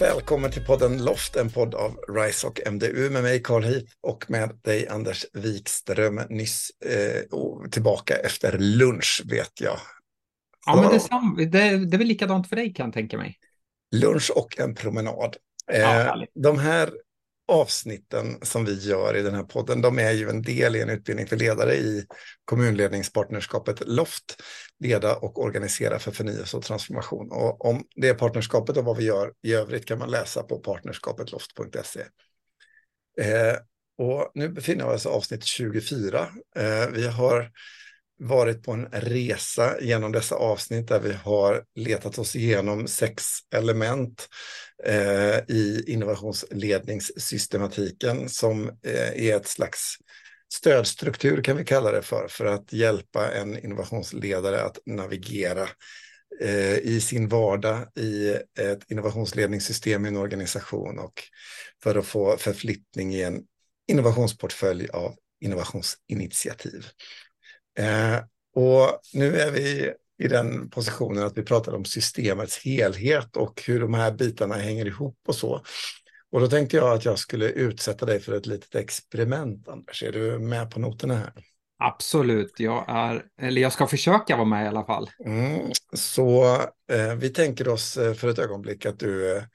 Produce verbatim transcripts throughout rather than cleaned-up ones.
Välkommen till podden Loft, en podd av RISE och M D U med mig Carl Heath och med dig Anders Wikström, nyss eh, tillbaka efter lunch vet jag. Ja, men det är, sam- det, det är väl likadant för dig kan jag tänka mig. Lunch och en promenad. Ja, Eh, härligt. de här avsnitten som vi gör i den här podden, de är ju en del i en utbildning för ledare i kommunledningspartnerskapet Loft, leda och organisera för förnyelse och transformation. Och om det partnerskapet och vad vi gör i övrigt kan man läsa på partnerskapetloft punkt se. Eh, och nu befinner vi oss i avsnitt tjugofyra. Eh, vi har varit på en resa genom dessa avsnitt där vi har letat oss igenom sex element eh, i innovationsledningssystematiken som eh, är ett slags stödstruktur kan vi kalla det för, för att hjälpa en innovationsledare att navigera eh, i sin vardag i ett innovationsledningssystem i en organisation och för att få förflyttning i en innovationsportfölj av innovationsinitiativ. Eh, och nu är vi i den positionen att vi pratar om systemets helhet och hur de här bitarna hänger ihop och så. Och då tänkte jag att jag skulle utsätta dig för ett litet experiment, Anders. Är du med på noterna här? Absolut, jag är, eller jag ska försöka vara med i alla fall. Mm, så eh, vi tänker oss eh, för ett ögonblick att du eh,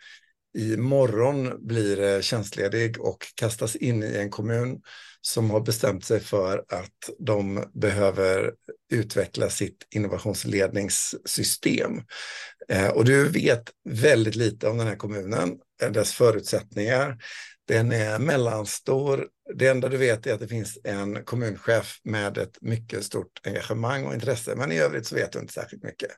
imorgon blir eh, tjänstledig och kastas in i en kommun som har bestämt sig för att de behöver utveckla sitt innovationsledningssystem. Eh, och du vet väldigt lite om den här kommunen, eh, dess förutsättningar. Den är mellanstor. Det enda du vet är att det finns en kommunchef med ett mycket stort engagemang och intresse, men i övrigt så vet du inte särskilt mycket.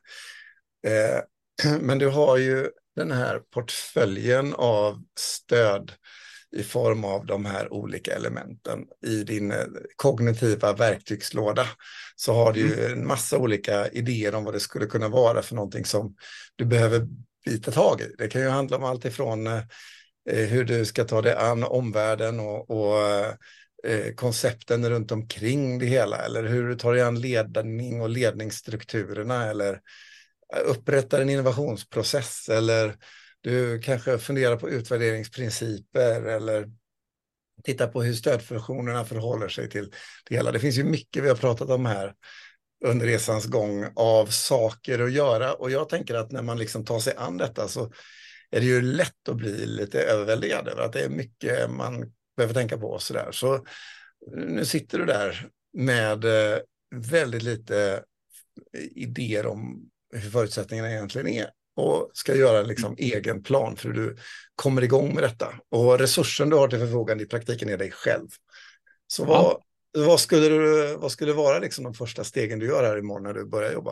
Eh, men du har ju den här portföljen av stöd i form av de här olika elementen i din eh, kognitiva verktygslåda, så har du Mm. ju en massa olika idéer om vad det skulle kunna vara för någonting som du behöver bita tag i. Det kan ju handla om allt ifrån eh, hur du ska ta dig an omvärlden och, och eh, koncepten runt omkring det hela, eller hur du tar dig an ledning och ledningsstrukturerna, eller upprättar en innovationsprocess, eller du kanske funderar på utvärderingsprinciper eller tittar på hur stödfunktionerna förhåller sig till det hela. Det finns ju mycket vi har pratat om här under resans gång av saker att göra, och jag tänker att när man liksom tar sig an detta så är det ju lätt att bli lite överväldigad över att det är mycket man behöver tänka på och sådär. Så nu sitter du där med eh, väldigt lite idéer om hur förutsättningarna egentligen är och ska göra en liksom egen plan för hur du kommer igång med detta. Och resursen du har till förfogande i praktiken är dig själv. Så Ja. vad, vad, skulle, du, vad skulle vara liksom de första stegen du gör här imorgon när du börjar jobba?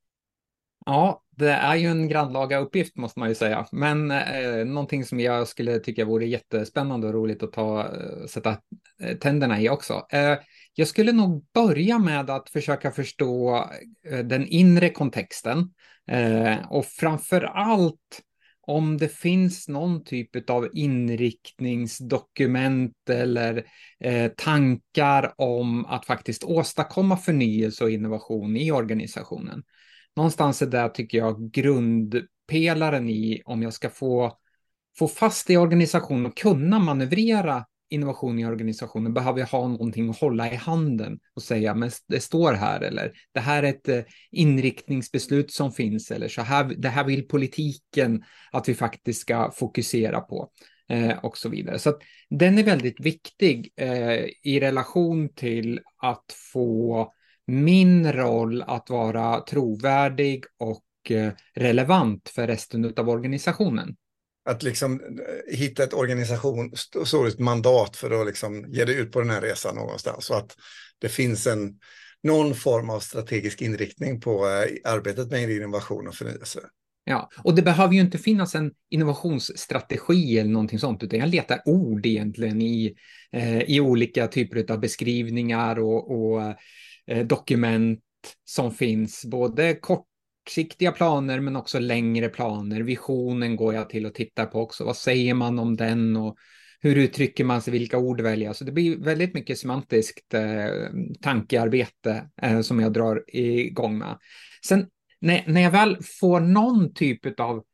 Ja, det är ju en grannlaga uppgift måste man ju säga, men eh, någonting som jag skulle tycka vore jättespännande och roligt att ta, eh, sätta eh, tänderna i också. Eh, jag skulle nog börja med att försöka förstå eh, den inre kontexten eh, och framför allt om det finns någon typ av inriktningsdokument eller eh, tankar om att faktiskt åstadkomma förnyelse och innovation i organisationen. Någonstans är det, tycker jag, grundpelaren i om jag ska få, få fast i organisationen och kunna manövrera innovation i organisationen, behöver jag ha någonting att hålla i handen och säga, men det står här, eller det här är ett eh, inriktningsbeslut som finns, eller så här, det här vill politiken att vi faktiskt ska fokusera på. Eh, och så vidare. Så att den är väldigt viktig eh, i relation till att få min roll att vara trovärdig och eh, relevant för resten av organisationen. Att liksom eh, hitta ett organisatoriskt mandat för att liksom ge dig ut på den här resan någonstans, så att det finns en, någon form av strategisk inriktning på eh, arbetet med innovation och förnyelse. Ja, och det behöver ju inte finnas en innovationsstrategi eller någonting sånt, utan jag letar ord egentligen i, eh, i olika typer av beskrivningar och, och eh, dokument som finns, både kortsiktiga planer men också längre planer. Visionen går jag till och tittar på också. Vad säger man om den och hur uttrycker man sig, vilka ord väljer? Så det blir väldigt mycket semantiskt eh, tankearbete eh, som jag drar igång med. Sen när, när jag väl får någon typ av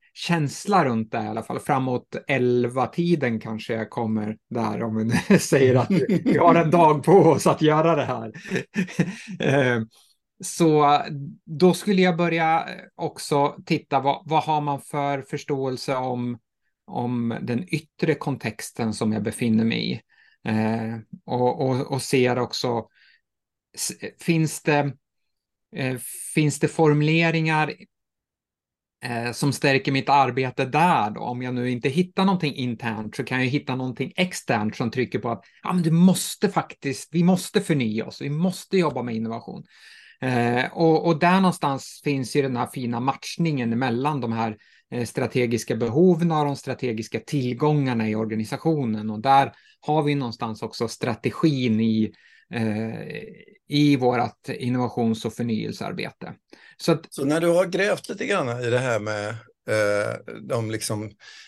känsla runt det i alla fall. Framåt elva tiden kanske jag kommer där, om vi säger att vi, vi har en dag på oss att göra det här. Eh, Så då skulle jag börja också titta, vad, vad har man för förståelse om, om den yttre kontexten som jag befinner mig i. Eh, och, och, och ser också, s- finns det, eh, finns det formuleringar eh, som stärker mitt arbete där då? Om jag nu inte hittar någonting internt så kan jag hitta någonting externt som trycker på att ja, men du måste faktiskt, vi måste förnya oss, vi måste jobba med innovation. Eh, och, och där någonstans finns ju den här fina matchningen mellan de här eh, strategiska behoven och de strategiska tillgångarna i organisationen. Och där har vi någonstans också strategin i, eh, i vårt innovations- och förnyelsearbete. Så att, Så när du har grävt lite grann i det här med eh, de liksom,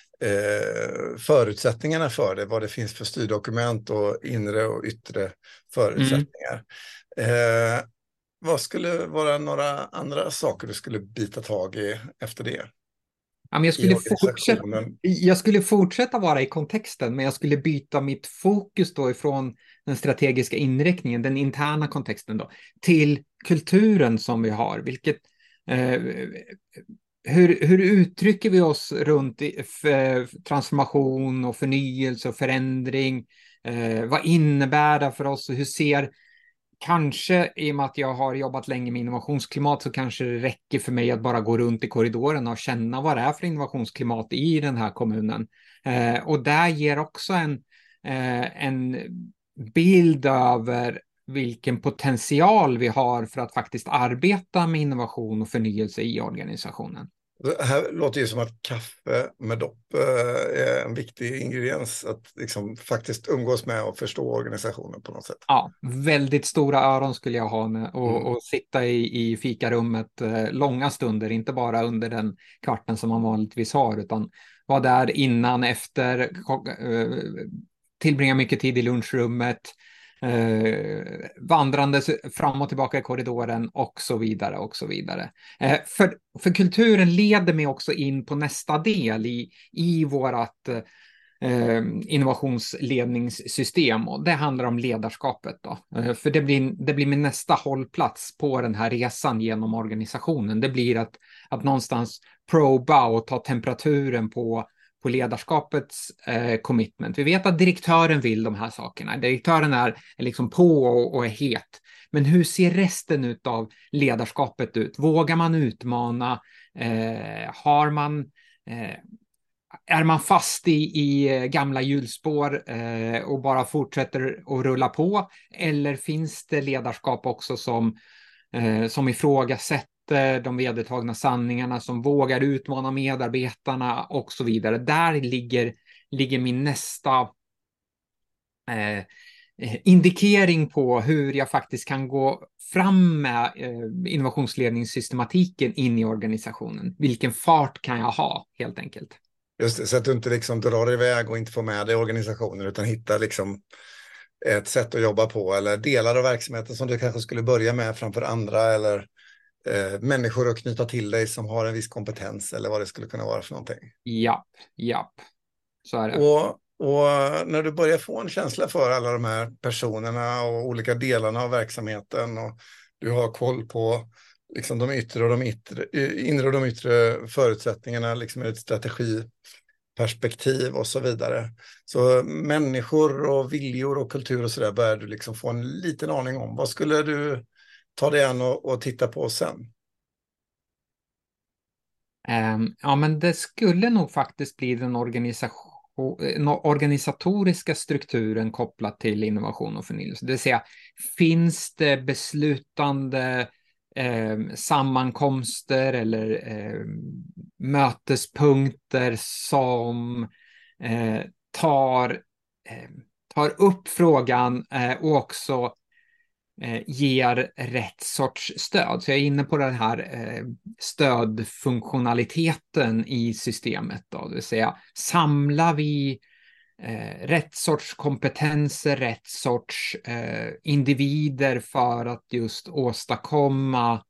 eh, förutsättningarna för det, vad det finns för styrdokument och inre och yttre mm, förutsättningar. Eh, vad skulle vara några andra saker du skulle bita tag i efter det ja, men jag i skulle fortsätta, organisationen? jag skulle fortsätta vara i kontexten, men jag skulle byta mitt fokus då ifrån den strategiska inriktningen, den interna kontexten då, till kulturen som vi har, vilket eh, hur, hur uttrycker vi oss runt i, f, transformation och förnyelse och förändring? Eh, vad innebär det för oss och hur ser, kanske i och med att jag har jobbat länge med innovationsklimat så kanske det räcker för mig att bara gå runt i korridoren och känna vad det är för innovationsklimat i den här kommunen. Eh, och där ger också en, eh, en bild över vilken potential vi har för att faktiskt arbeta med innovation och förnyelse i organisationen. Det här låter ju som att kaffe med dopp eh, är en viktig ingrediens att liksom faktiskt umgås med och förstå organisationen på något sätt. Ja, väldigt stora öron skulle jag ha med, och, Mm. och sitta i, i fikarummet eh, långa stunder, inte bara under den kvarten som man vanligtvis har, utan vara där innan, efter, eh, tillbringa mycket tid i lunchrummet, eh, vandrandes fram och tillbaka i korridoren och så vidare och så vidare. Eh, för, för kulturen leder mig också in på nästa del i, i vårat eh, innovationsledningssystem, och det handlar om ledarskapet då. Eh, för det blir, det blir min nästa hållplats på den här resan genom organisationen. Det blir att, att någonstans proba och ta temperaturen på på ledarskapets eh, commitment. Vi vet att direktören vill de här sakerna. Direktören är, är liksom på och, och är het. Men hur ser resten av ledarskapet ut? Vågar man utmana? Eh, har man eh, är man fast i, i gamla hjulspår eh, och bara fortsätter att rulla på? Eller finns det ledarskap också som, eh, som ifrågasätter de vedertagna sanningarna, som vågar utmana medarbetarna och så vidare? Där ligger, ligger min nästa eh, indikering på hur jag faktiskt kan gå fram med eh, innovationsledningssystematiken in i organisationen. Vilken fart kan jag ha, helt enkelt? Just det, så att du inte liksom drar iväg och inte får med dig organisationen utan hittar liksom ett sätt att jobba på eller delar av verksamheten som du kanske skulle börja med framför andra eller eh, människor att knyta till dig som har en viss kompetens eller vad det skulle kunna vara för någonting. Japp, japp, så är det. Och, och när du börjar få en känsla för alla de här personerna och olika delarna av verksamheten och du har koll på liksom de yttre och de yttre, inre och de yttre förutsättningarna liksom ur ett strategiperspektiv och så vidare. Så människor och viljor och kultur och så där börjar du liksom få en liten aning om. Vad skulle du ta dig an och, och titta på sen? Um, ja, men det skulle nog faktiskt bli den organisation, organisatoriska strukturen kopplat till innovation och förnyelse. Det vill säga, finns det beslutande eh, sammankomster eller eh, mötespunkter som eh, tar, eh, tar upp frågan eh, och också eh, ger rätt sorts stöd. Så jag är inne på den här eh, stödfunktionaliteten i systemet då, det vill säga samlar vi eh, rätt sorts kompetenser, rätt sorts eh, individer för att just åstadkomma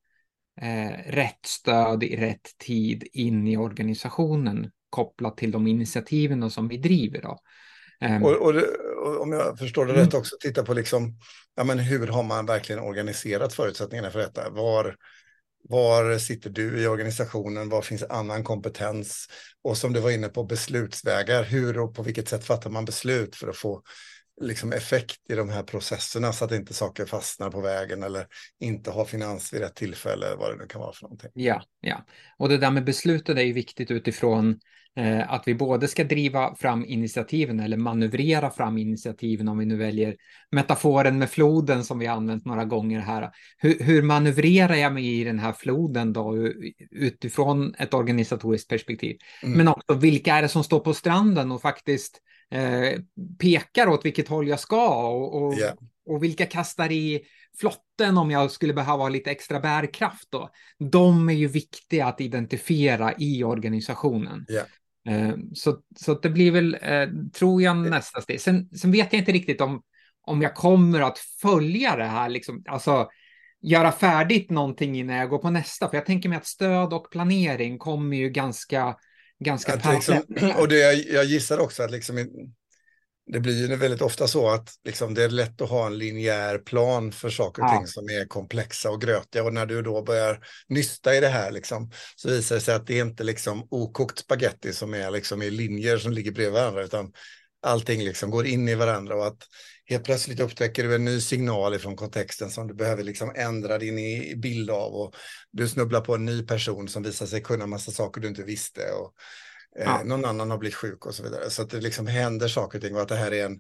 eh, rätt stöd i rätt tid in i organisationen kopplat till de initiativen som vi driver då. Och, Um, och, det, och om jag förstår det mm, rätt också, titta på liksom, ja, men hur har man verkligen organiserat förutsättningarna för detta? Var, var sitter du i organisationen? Var finns annan kompetens? Och som du var inne på, beslutsvägar. Hur och på vilket sätt fattar man beslut för att få liksom effekt i de här processerna så att inte saker fastnar på vägen eller inte har finans vid rätt tillfälle, vad det nu kan vara för någonting. ja, ja. Och det där med beslutet är ju viktigt utifrån eh, att vi både ska driva fram initiativen eller manövrera fram initiativen, om vi nu väljer metaforen med floden som vi har använt några gånger här. Hur, hur manövrerar jag mig i den här floden då utifrån ett organisatoriskt perspektiv? Mm. Men också vilka är det som står på stranden och faktiskt eh, pekar åt vilket håll jag ska och, och, Yeah. och vilka kastar i flotten om jag skulle behöva ha lite extra bärkraft då. De är ju viktiga att identifiera i organisationen. Yeah. Eh, så, så det blir väl, eh, tror jag, nästa steg. Sen, sen vet jag inte riktigt om, om jag kommer att följa det här, liksom, alltså göra färdigt någonting innan jag går på nästa. För jag tänker mig att stöd och planering kommer ju ganska, ganska Att liksom, parallellt. och det, jag, jag gissar också att liksom, det blir ju väldigt ofta så att liksom, det är lätt att ha en linjär plan för saker och Ja. ting som är komplexa och grötiga. Och när du då börjar nysta i det här liksom, så visar det sig att det är inte liksom okokt spaghetti som är liksom i linjer som ligger bredvid varandra, utan allting liksom går in i varandra och att helt plötsligt upptäcker du en ny signal från kontexten som du behöver liksom ändra din i bild av, och du snubblar på en ny person som visar sig kunna massa saker du inte visste, och Ja. eh, någon annan har blivit sjuk och så vidare. Så att det liksom händer saker och ting, och att det här är en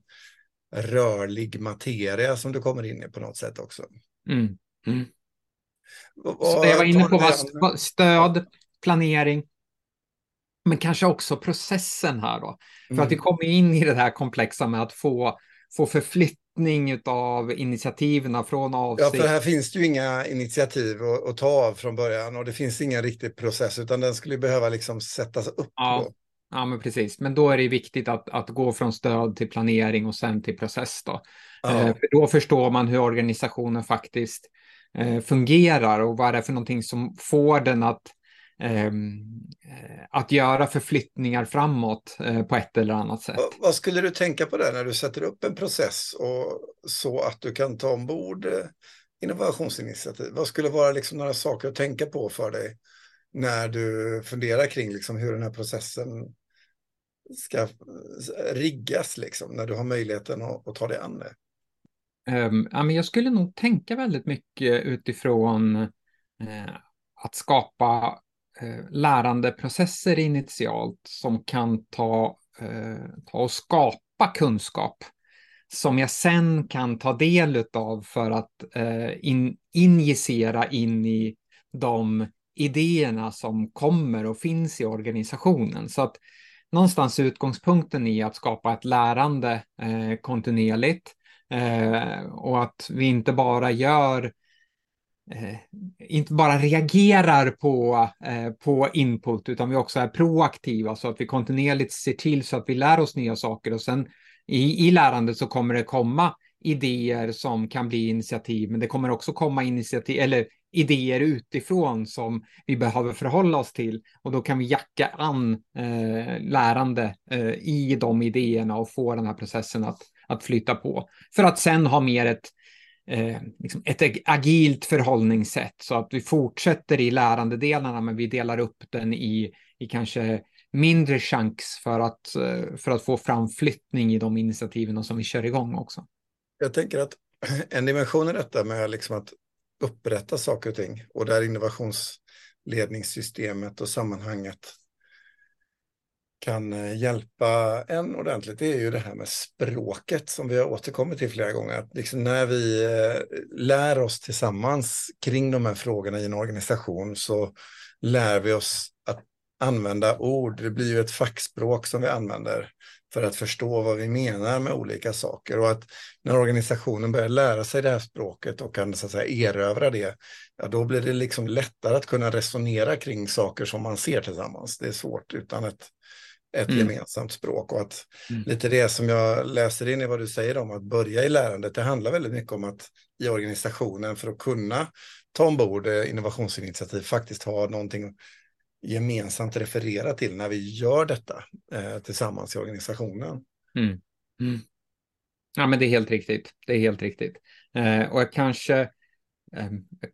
rörlig materia som du kommer in i på något sätt också. Mm. Mm. Och, Så det jag var och, inne tar på du det var an- stöd, planering, men kanske också processen här då. För att vi Mm. kommer in i det här komplexa med att få, få förflyttning av initiativen från Ja, för avsikt. här finns det ju inga initiativ att, att ta av från början, och det finns ingen riktig process, utan den skulle behöva liksom sättas upp Ja, då. ja, men precis. Men då är det viktigt att, att gå från stöd till planering och sen till process då. Eh, Ja. för då förstår man hur organisationen faktiskt eh, fungerar och vad det är för någonting som får den att, ehm, eh, att göra förflyttningar framåt eh, på ett eller annat sätt. Vad, vad skulle du tänka på där när du sätter upp en process och så att du kan ta ombord eh, innovationsinitiativ? Vad skulle vara liksom några saker att tänka på för dig när du funderar kring liksom hur den här processen ska riggas, liksom, när du har möjligheten att, att ta dig an det? Um, ja, men jag skulle nog tänka väldigt mycket utifrån eh, att skapa eh, lärandeprocesser initialt som kan ta, eh, ta och skapa kunskap som jag sen kan ta del av för att eh, in, injicera in i de idéerna som kommer och finns i organisationen. Så att någonstans utgångspunkten i att skapa ett lärande eh, kontinuerligt eh, och att vi inte bara gör eh, inte bara reagerar på, eh, på input utan vi också är proaktiva så att vi kontinuerligt ser till så att vi lär oss nya saker och sen i, i lärandet så kommer det komma idéer som kan bli initiativ, men det kommer också komma initiativ eller idéer utifrån som vi behöver förhålla oss till och då kan vi jacka an eh, lärande eh, i de idéerna och få den här processen att, att flytta på för att sen ha mer ett Eh, liksom ett agilt förhållningssätt så att vi fortsätter i lärandedelarna men vi delar upp den i, i kanske mindre chunks för att, eh, för att få fram flyttning i de initiativen som vi kör igång också. Jag tänker att en dimension i detta med liksom att upprätta saker och ting, och där innovationsledningssystemet och sammanhanget kan hjälpa en ordentligt, det är ju det här med språket som vi har återkommit till flera gånger. Att liksom när vi lär oss tillsammans kring de här frågorna i en organisation så lär vi oss att använda ord. Det blir ju ett fackspråk som vi använder för att förstå vad vi menar med olika saker. Och att när organisationen börjar lära sig det här språket och kan så att säga erövra det, ja, då blir det liksom lättare att kunna resonera kring saker som man ser tillsammans. Det är svårt utan ett ett Mm. gemensamt språk, och att Mm. lite det som jag läser in i vad du säger om att börja i lärandet, det handlar väldigt mycket om att i organisationen för att kunna ta ombord eh, innovationsinitiativ faktiskt har någonting gemensamt referera till när vi gör detta eh, tillsammans i organisationen. Mm. Mm. Ja, men det är helt riktigt. Det är helt riktigt. Eh, och jag kanske, eh,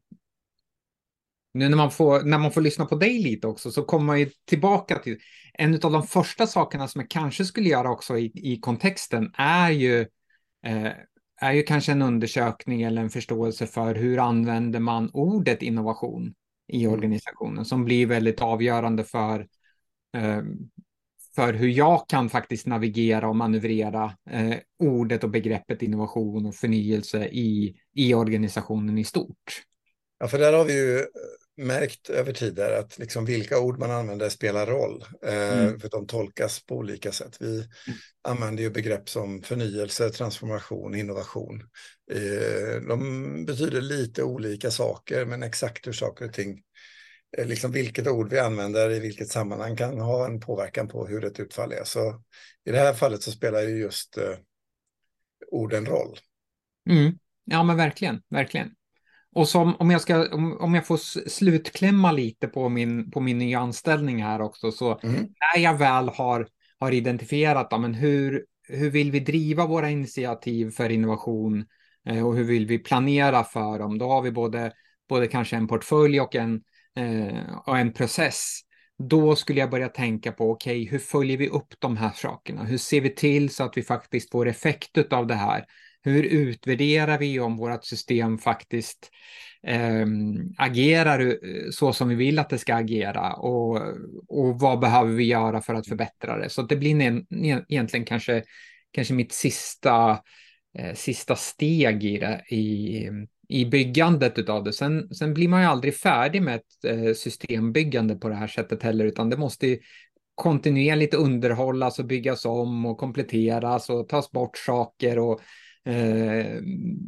nu när man får, när man får lyssna på dig lite också, så kommer man ju tillbaka till en av de första sakerna som jag kanske skulle göra också i, i kontexten är ju, eh, är ju kanske en undersökning eller en förståelse för hur använder man ordet innovation i Mm. organisationen, som blir väldigt avgörande för eh, för hur jag kan faktiskt navigera och manövrera eh, ordet och begreppet innovation och förnyelse i, i organisationen i stort. Ja, för där har vi ju märkt över tid där att liksom vilka ord man använder spelar roll, eh, Mm. för de tolkas på olika sätt. Vi använder ju begrepp som förnyelse, transformation, innovation. Eh, de betyder lite olika saker, men exakt hur saker och ting, eh, liksom vilket ord vi använder i vilket sammanhang kan ha en påverkan på hur ett utfall är. Så i det här fallet så spelar ju just eh, orden roll. Mm. Ja, men verkligen, verkligen. Och som, om jag ska, om, om jag får s- slutklämma lite på min, på min nya anställning här också, så Mm. när jag väl har, har identifierat, ja, men hur, hur vill vi driva våra initiativ för innovation eh, och hur vill vi planera för dem? Då har vi både, både kanske en portfölj och en, eh, och en process. Då skulle jag börja tänka på, okej, hur följer vi upp de här sakerna? Hur ser vi till så att vi faktiskt får effekt av det här? Hur utvärderar vi om vårt system faktiskt eh, agerar eh, så som vi vill att det ska agera, och, och vad behöver vi göra för att förbättra det? Så det blir en, egentligen kanske, kanske mitt sista, eh, sista steg i, det, i, i byggandet av det. Sen, sen blir man ju aldrig färdig med ett eh, systembyggande på det här sättet heller, utan det måste ju kontinuerligt underhållas och byggas om och kompletteras och tas bort saker och eh,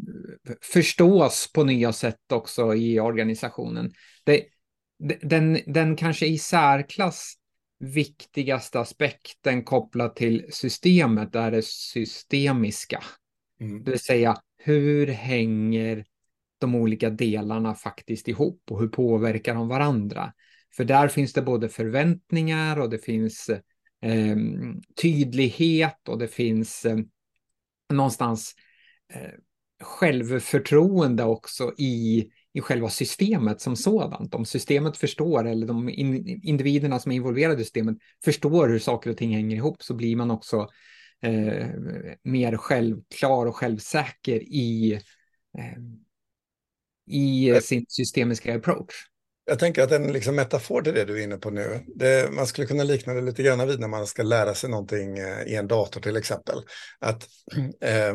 förstås på nya sätt också i organisationen. Det, den, den kanske i särklass viktigaste aspekten kopplat till systemet är det systemiska. Mm. Det vill säga, hur hänger de olika delarna faktiskt ihop och hur påverkar de varandra? För där finns det både förväntningar och det finns eh, tydlighet och det finns eh, någonstans eh, självförtroende också i, i själva systemet som sådant. Om systemet förstår, eller de in, individerna som är involverade i systemet förstår hur saker och ting hänger ihop, så blir man också eh, mer självklar och självsäker i, eh, i sin systemiska approach. Jag tänker att en liksom metafor till det du är inne på nu, det, man skulle kunna likna det lite grann vid när man ska lära sig någonting eh, i en dator till exempel. Att eh,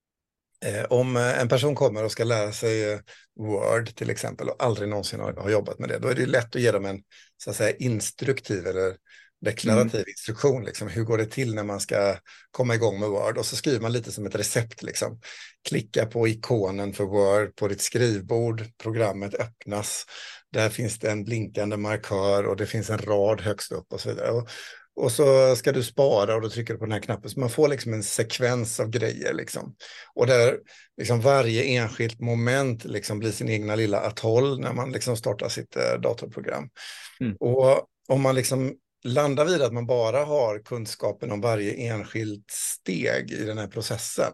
eh, om en person kommer och ska lära sig eh, Word till exempel och aldrig någonsin har, har jobbat med det, då är det lätt att ge dem en så att säga instruktiv eller deklarativ Mm. instruktion. Liksom. Hur går det till när man ska komma igång med Word? Och så skriver man lite som ett recept. Liksom. Klicka på ikonen för Word på ditt skrivbord. Programmet öppnas. Där finns det en blinkande markör och det finns en rad högst upp och så vidare. Och, och så ska du spara och då trycker du på den här knappen. Så man får liksom en sekvens av grejer. Liksom. Och där liksom varje enskilt moment liksom blir sin egna lilla atoll när man liksom startar sitt eh, datorprogram. Mm. Och om man liksom landar vid att man bara har kunskapen om varje enskilt steg i den här processen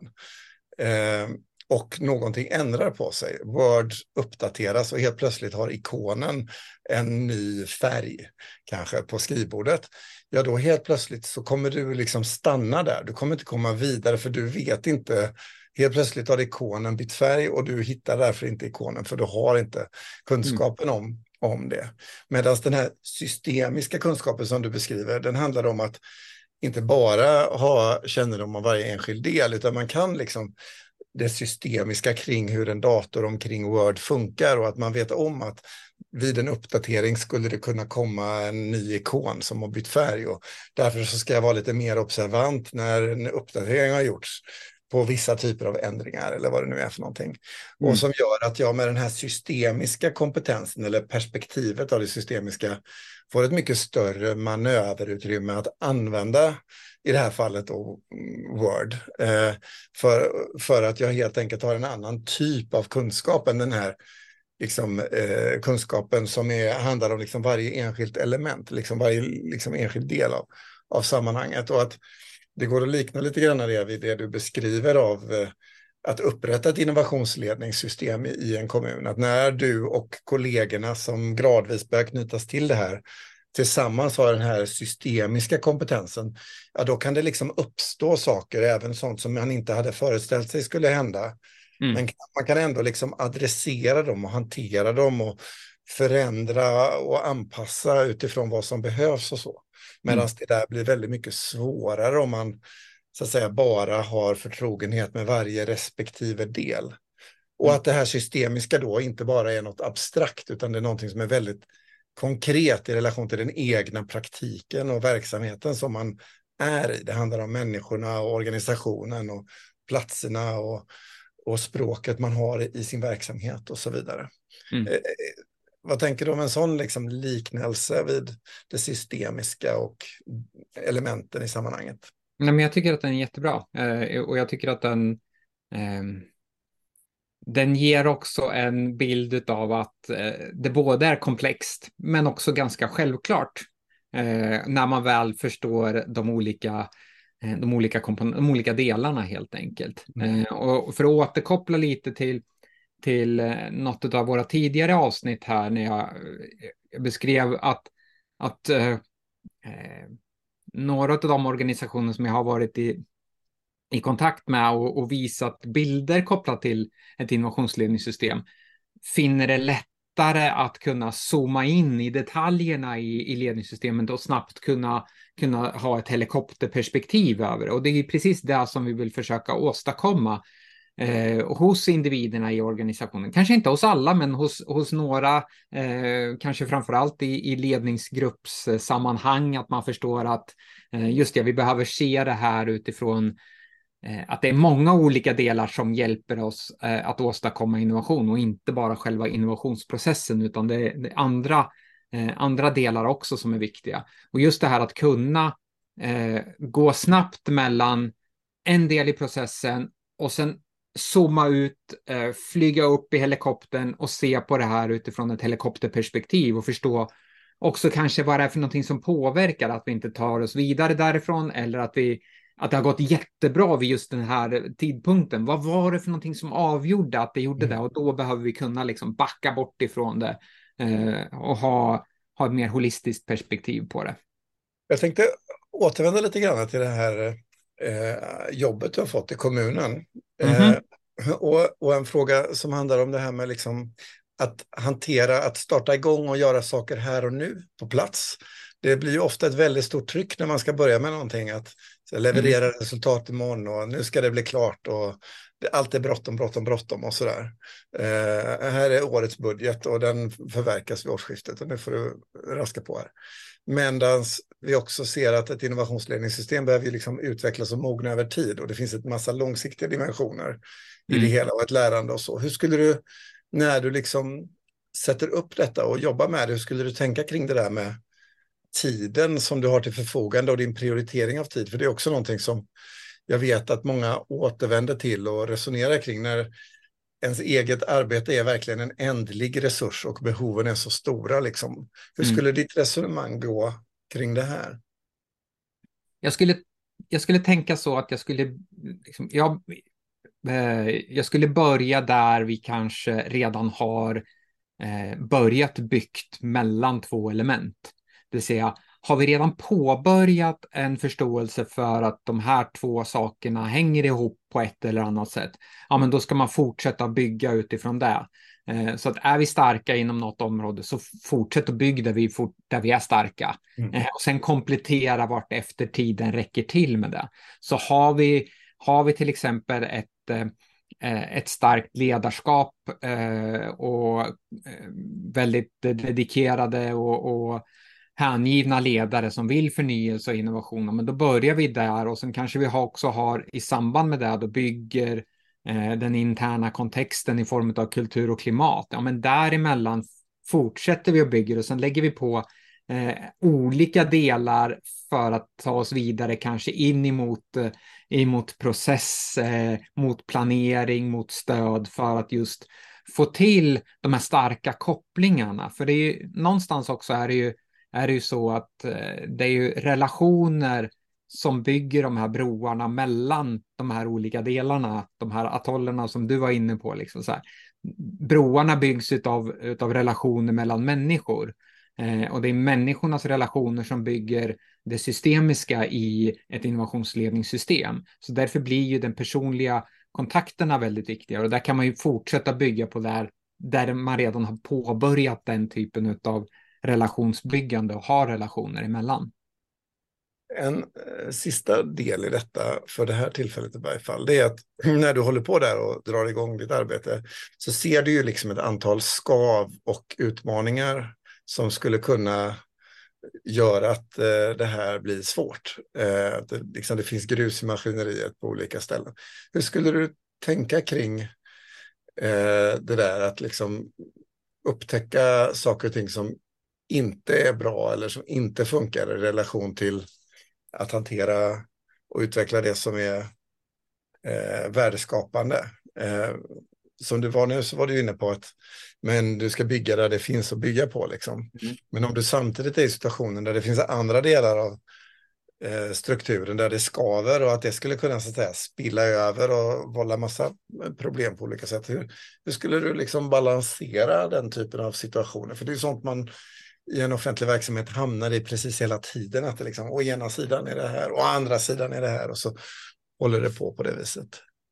eh, och någonting ändrar på sig, Word uppdateras och helt plötsligt har ikonen en ny färg kanske på skrivbordet, ja då helt plötsligt så kommer du liksom stanna där, du kommer inte komma vidare för du vet inte, helt plötsligt har ikonen bytt färg och du hittar därför inte ikonen för du har inte kunskapen Mm. om om det. Medan den här systemiska kunskapen som du beskriver, den handlar om att inte bara ha kännedom om varje enskild del, utan man kan liksom det systemiska kring hur en dator omkring Word funkar och att man vet om att vid en uppdatering skulle det kunna komma en ny ikon som har bytt färg och därför så ska jag vara lite mer observant när en uppdatering har gjorts på vissa typer av ändringar eller vad det nu är för någonting. Mm. Och som gör att jag med den här systemiska kompetensen eller perspektivet av det systemiska får ett mycket större manöverutrymme att använda i det här fallet då, Word. Eh, för, för att jag helt enkelt har en annan typ av kunskap än den här liksom, eh, kunskapen som är, handlar om liksom varje enskilt element, liksom varje liksom enskild del av, av sammanhanget. Och att det går att likna lite grann det vid det du beskriver av eh, att upprätta ett innovationsledningssystem i, i en kommun. Att när du och kollegorna som gradvis börjar knytas till det här tillsammans har den här systemiska kompetensen, ja, då kan det liksom uppstå saker, även sånt som man inte hade föreställt sig skulle hända. Mm. Men man kan ändå liksom adressera dem och hantera dem och förändra och anpassa utifrån vad som behövs och så. Medan Mm. det där blir väldigt mycket svårare om man så att säga bara har förtrogenhet med varje respektive del. Och Mm. att det här systemiska då inte bara är något abstrakt, utan det är någonting som är väldigt konkret i relation till den egna praktiken och verksamheten som man är i. Det handlar om människorna och organisationen och platserna och, och språket man har i, i sin verksamhet och så vidare. Mm. Eh, vad tänker du om en sån liksom liknelse vid det systemiska och elementen i sammanhanget? Nej, men jag tycker att den är jättebra. Eh, och jag tycker att den, eh, den ger också en bild av att eh, det både är komplext men också ganska självklart eh, när man väl förstår de olika, eh, de olika, kompon- de olika delarna helt enkelt. Mm. Eh, och för att återkoppla lite till, till eh, något av våra tidigare avsnitt här när jag, jag beskrev att, att eh, eh, några av de organisationer som jag har varit i, i kontakt med och, och visat bilder kopplat till ett innovationsledningssystem finner det lättare att kunna zooma in i detaljerna i, i ledningssystemet och snabbt kunna, kunna ha ett helikopterperspektiv över det. Och det är precis det som vi vill försöka åstadkomma eh, hos individerna i organisationen. Kanske inte hos alla, men hos, hos några, eh, kanske framförallt i, i ledningsgruppssammanhang, att man förstår att eh, just det, vi behöver se det här utifrån eh, att det är många olika delar som hjälper oss eh, att åstadkomma innovation och inte bara själva innovationsprocessen, utan det är, det är andra, eh, andra delar också som är viktiga. Och just det här att kunna eh, gå snabbt mellan en del i processen och sen zooma ut, eh, flyga upp i helikoptern och se på det här utifrån ett helikopterperspektiv och förstå också kanske vad det är för någonting som påverkar att vi inte tar oss vidare därifrån, eller att, vi, att det har gått jättebra vid just den här tidpunkten. Vad var det för någonting som avgjorde att det gjorde Mm. det? Och då behöver vi kunna liksom backa bort ifrån det eh, och ha, ha ett mer holistiskt perspektiv på det. Jag tänkte återvända lite grann till det här eh, jobbet du har fått i kommunen. Mm-hmm. Eh, och, och en fråga som handlar om det här med liksom att hantera, att starta igång och göra saker här och nu på plats. Det blir ju ofta ett väldigt stort tryck när man ska börja med någonting, att så, leverera mm. resultat imorgon och nu ska det bli klart och det, allt är bråttom, bråttom, bråttom och sådär. Eh, här är årets budget och den förverkas vid årsskiftet och nu får du raska på här. Medan vi också ser att ett innovationsledningssystem behöver liksom utvecklas och mogna över tid och det finns ett massa långsiktiga dimensioner mm. i det hela och ett lärande och så. Hur skulle du, när du liksom sätter upp detta och jobbar med det, hur skulle du tänka kring det där med tiden som du har till förfogande och din prioritering av tid? För det är också någonting som jag vet att många återvänder till och resonerar kring när ens eget arbete är verkligen en ändlig resurs och behoven är så stora. Liksom. Hur skulle mm. ditt resonemang gå kring det här? Jag skulle, jag skulle tänka så att jag skulle, liksom, jag, eh, jag skulle börja där vi kanske redan har eh, börjat byggt mellan två element. Det vill säga, har vi redan påbörjat en förståelse för att de här två sakerna hänger ihop på ett eller annat sätt, ja, men då ska man fortsätta bygga utifrån det. Eh, så att är vi starka inom något område så fortsätt att bygga där vi, fort, där vi är starka. Mm. Eh, och sen komplettera vart efter tiden räcker till med det. Så har vi, har vi till exempel ett eh, ett starkt ledarskap eh, och eh, väldigt dedikerade och, och hängivna ledare som vill förnyelse och innovation, men då börjar vi där och sen kanske vi också har i samband med det då bygger eh, den interna kontexten i form av kultur och klimat. Ja, men däremellan fortsätter vi och bygger och sen lägger vi på eh, olika delar för att ta oss vidare, kanske in emot, eh, emot process, eh, mot planering, mot stöd för att just få till de här starka kopplingarna. För det är ju någonstans också är det ju, är det ju så att eh, det är ju relationer som bygger de här broarna mellan de här olika delarna, de här atollerna som du var inne på. Liksom så här. Broarna byggs utav, utav relationer mellan människor. Eh, och det är människornas relationer som bygger det systemiska i ett innovationsledningssystem. Så därför blir ju den personliga kontakterna väldigt viktiga. Och där kan man ju fortsätta bygga på där, där man redan har påbörjat den typen av relationsbyggande och har relationer emellan. En eh, sista del i detta, för det här tillfället i varje fall, det är att när du håller på där och drar igång ditt arbete så ser du ju liksom ett antal skav och utmaningar som skulle kunna göra att eh, det här blir svårt. Eh, att det, liksom, det finns grus i maskineriet på olika ställen. Hur skulle du tänka kring eh, det där att liksom upptäcka saker och ting som inte är bra eller som inte funkar i relation till att hantera och utveckla det som är eh, värdeskapande. Eh, som du var nu så var du inne på att men du ska bygga där det finns att bygga på. Liksom. Mm. Men om du samtidigt är i situationen där det finns andra delar av eh, strukturen där det skaver och att det skulle kunna så att säga, spilla över och vålla massa problem på olika sätt. Hur, hur skulle du liksom balansera den typen av situationer? För det är sånt man i en offentlig verksamhet hamnar i precis hela tiden. Att det liksom, å ena sidan är det här och å andra sidan är det här och så håller det på på det viset.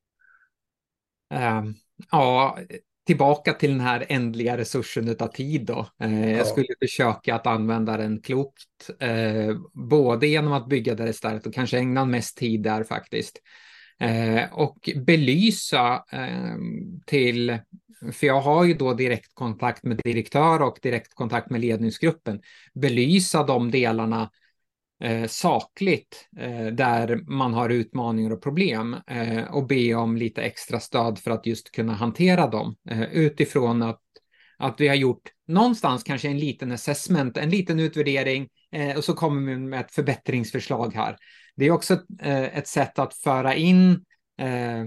Um, ja, tillbaka till den här ändliga resursen utav tid då. Uh, Ja. jag skulle försöka att använda den klokt, uh, både genom att bygga där det är starkt och kanske ägna mest tid där faktiskt. Uh, och belysa uh, till, för jag har ju då direkt kontakt med direktör och direkt kontakt med ledningsgruppen, belysa de delarna Eh, sakligt eh, där man har utmaningar och problem eh, och be om lite extra stöd för att just kunna hantera dem eh, utifrån att, att vi har gjort någonstans kanske en liten assessment, en liten utvärdering eh, och så kommer vi med ett förbättringsförslag här. Det är också ett, eh, ett sätt att föra in eh,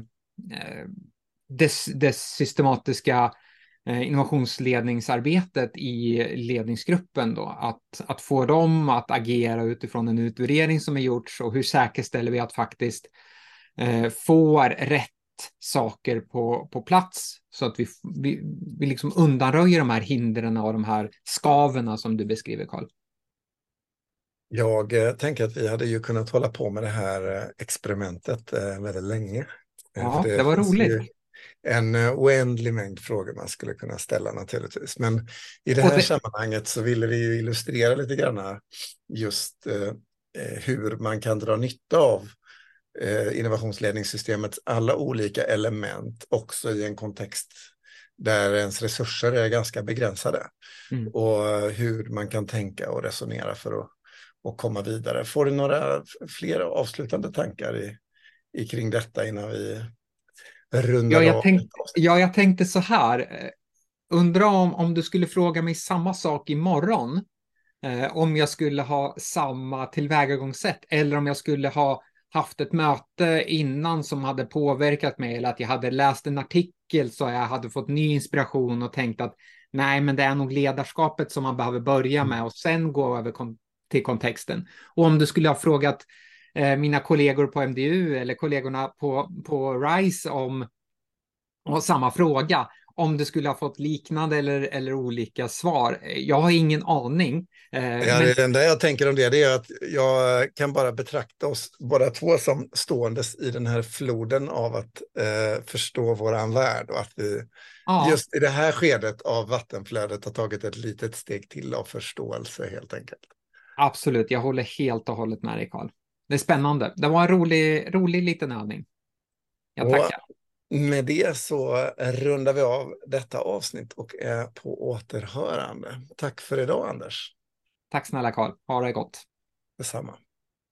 dess, dess systematiska innovationsledningsarbetet i ledningsgruppen då, att, att få dem att agera utifrån en utvärdering som är gjorts och hur säkerställer vi att faktiskt eh, får rätt saker på, på plats så att vi, vi, vi liksom undanröjer de här hindren och de här skaverna som du beskriver, Carl. Jag eh, tänker att vi hade ju kunnat hålla på med det här eh, experimentet eh, väldigt länge. Ja, För det, det var roligt. En oändlig mängd frågor man skulle kunna ställa naturligtvis. Men i det Och här det... sammanhanget så ville vi ju illustrera lite grann just eh, hur man kan dra nytta av eh, innovationsledningssystemets alla olika element också i en kontext där ens resurser är ganska begränsade. Mm. Och hur man kan tänka och resonera för att och komma vidare. Får du några fler avslutande tankar i, i kring detta innan vi rundar Ja, jag av? tänk, ja, jag tänkte så här. Undrar om, om du skulle fråga mig samma sak imorgon, eh, om jag skulle ha samma tillvägagångssätt eller om jag skulle ha haft ett möte innan som hade påverkat mig eller att jag hade läst en artikel så jag hade fått ny inspiration och tänkt att nej, men det är nog ledarskapet som man behöver börja med och sen gå över kon- till kontexten. Och om du skulle ha frågat eh, mina kollegor på M D U eller kollegorna på, på RISE om och samma fråga, om du skulle ha fått liknande eller, eller olika svar. Jag har ingen aning. Eh, Ja, men... det enda jag tänker om det, det är att jag kan bara betrakta oss båda två som ståendes i den här floden av att eh, förstå våran värld och att vi ja, just i det här skedet av vattenflödet har tagit ett litet steg till av förståelse helt enkelt. absolut. Jag håller helt och hållet med dig, Carl. Det är spännande. Det var en rolig, rolig liten övning. Jag Och tackar. med det så rundar vi av detta avsnitt och är på återhörande. Tack för idag, Anders. Tack snälla, Carl. Ha det gott. Detsamma.